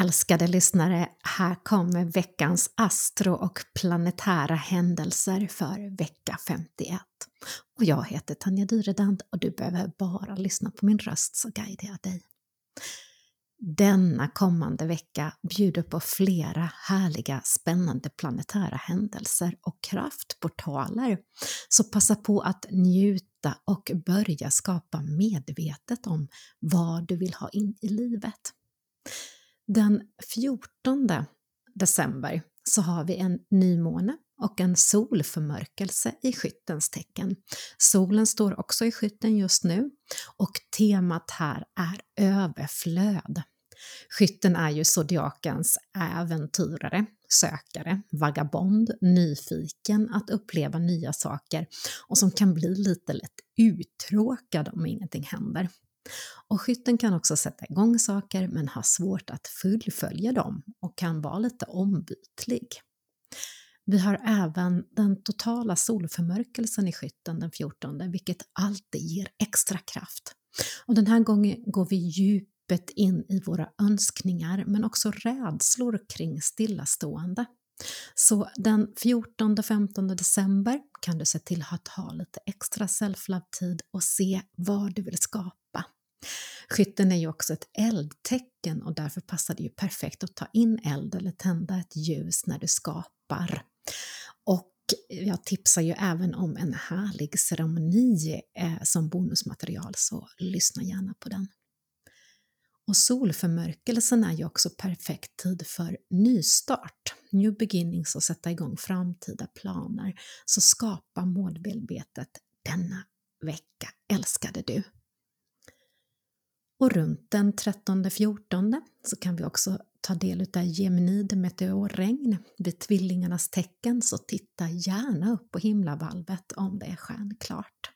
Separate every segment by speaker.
Speaker 1: Älskade lyssnare, här kommer veckans astro- och planetära händelser för vecka 51. Och jag heter Tanja Dyredand och du behöver bara lyssna på min röst så guidar jag dig. Denna kommande vecka bjuder på flera härliga spännande planetära händelser och kraftportaler. Så passa på att njuta och börja skapa medvetet om vad du vill ha in i livet. Den 14 december så har vi en nymåne och en solförmörkelse i Skyttens tecken. Solen står också i Skytten just nu och temat här är överflöd. Skytten är ju zodiakens äventyrare, sökare, vagabond, nyfiken att uppleva nya saker och som kan bli lite lätt uttråkad om ingenting händer. Och Skytten kan också sätta igång saker men har svårt att fullfölja dem och kan vara lite ombytlig. Vi har även den totala solförmörkelsen i Skytten den 14, vilket alltid ger extra kraft. Och den här gången går vi djupet in i våra önskningar men också rädslor kring stillastående. Så den 14-15 december kan du se till att ha lite extra self-love-tid och se vad du vill skapa. Skytten är ju också ett eldtecken och därför passar det ju perfekt att ta in eld eller tända ett ljus när du skapar. Och jag tipsar ju även om en härlig ceremoni som bonusmaterial, så lyssna gärna på den. Och solförmörkelsen är ju också perfekt tid för nystart, new beginnings och sätta igång framtida planer. Så skapa målmedvetet denna vecka, älskade du. Och runt den 13-14 så kan vi också ta del av Geminid meteorregn vid tvillingarnas tecken, så titta gärna upp på himlavalvet om det är stjärnklart.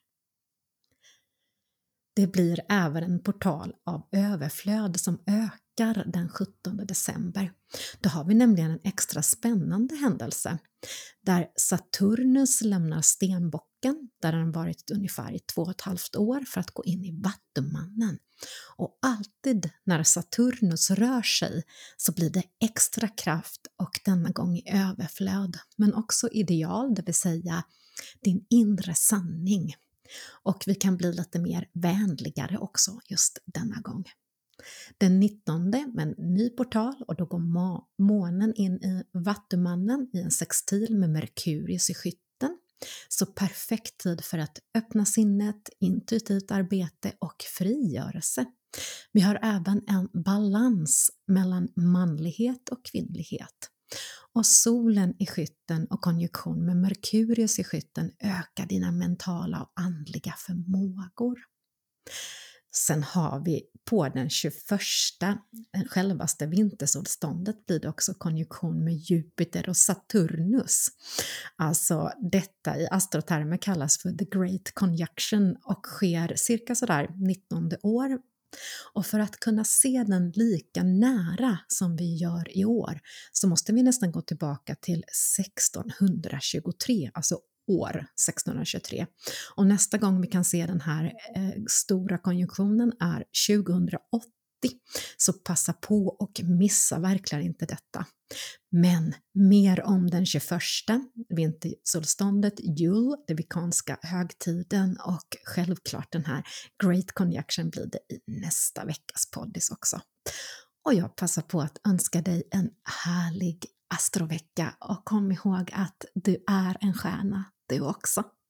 Speaker 1: Det blir även en portal av överflöd som ökar den 17 december. Då har vi nämligen en extra spännande händelse där Saturnus lämnar stenbocken där den varit ungefär i 2,5 år för att gå in i Vattumannen. Och alltid när Saturnus rör sig så blir det extra kraft och denna gång i överflöd, men också ideal, det vill säga din inre sanning. Och vi kan bli lite mer vänligare också just denna gång. Den 19 med en ny portal och då går månen in i Vattumannen i en sextil med Merkurius i Skytten. Så perfekt tid för att öppna sinnet, intuitivt arbete och frigörelse. Vi har även en balans mellan manlighet och kvinnlighet. Och solen i Skytten och konjunktion med Merkurius i Skytten ökar dina mentala och andliga förmågor. Sen har vi på den 21, självaste vintersolståndet, blir det också konjunktion med Jupiter och Saturnus. Alltså detta i astrotermer kallas för the great conjunction och sker cirka sådär 19 år. Och för att kunna se den lika nära som vi gör i år så måste vi nästan gå tillbaka till 1623, alltså år 1623. Och nästa gång vi kan se den här stora konjunktionen är 2080. Så passa på och missa verkligen inte detta. Men mer om den 21, vintersolståndet, jul, det vikanska högtiden, och självklart den här Great Conjunction blir det i nästa veckas poddis också. Och jag passar på att önska dig en härlig astrovecka och kom ihåg att du är en stjärna, du också.